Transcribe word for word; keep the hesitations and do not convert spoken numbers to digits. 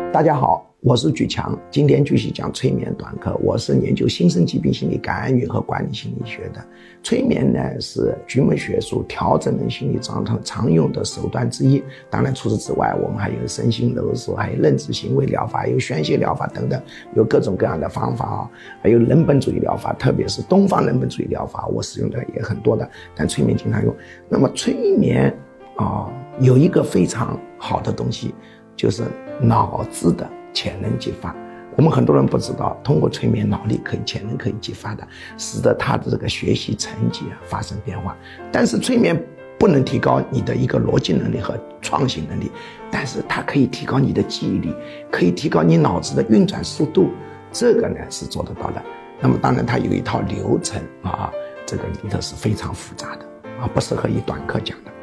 大家好，我是举强，今天继续讲催眠短课。我是研究新生疾病心理、感染运和管理心理学的。催眠呢是局门学术调整人心理状态常用的手段之一。当然除此之外，我们还有身心揉塑，还有认知行为疗法，还有宣泄疗法等等，有各种各样的方法啊。还有人本主义疗法，特别是东方人本主义疗法，我使用的也很多的，但催眠经常用。那么催眠啊、呃，有一个非常好的东西，就是脑子的潜能激发。我们很多人不知道，通过催眠，脑力可以潜能可以激发的，使得他的这个学习成绩啊发生变化。但是催眠不能提高你的一个逻辑能力和创新能力，但是它可以提高你的记忆力，可以提高你脑子的运转速度，这个呢是做得到的。那么当然它有一套流程啊，这个里头是非常复杂的啊，不适合以短课讲的。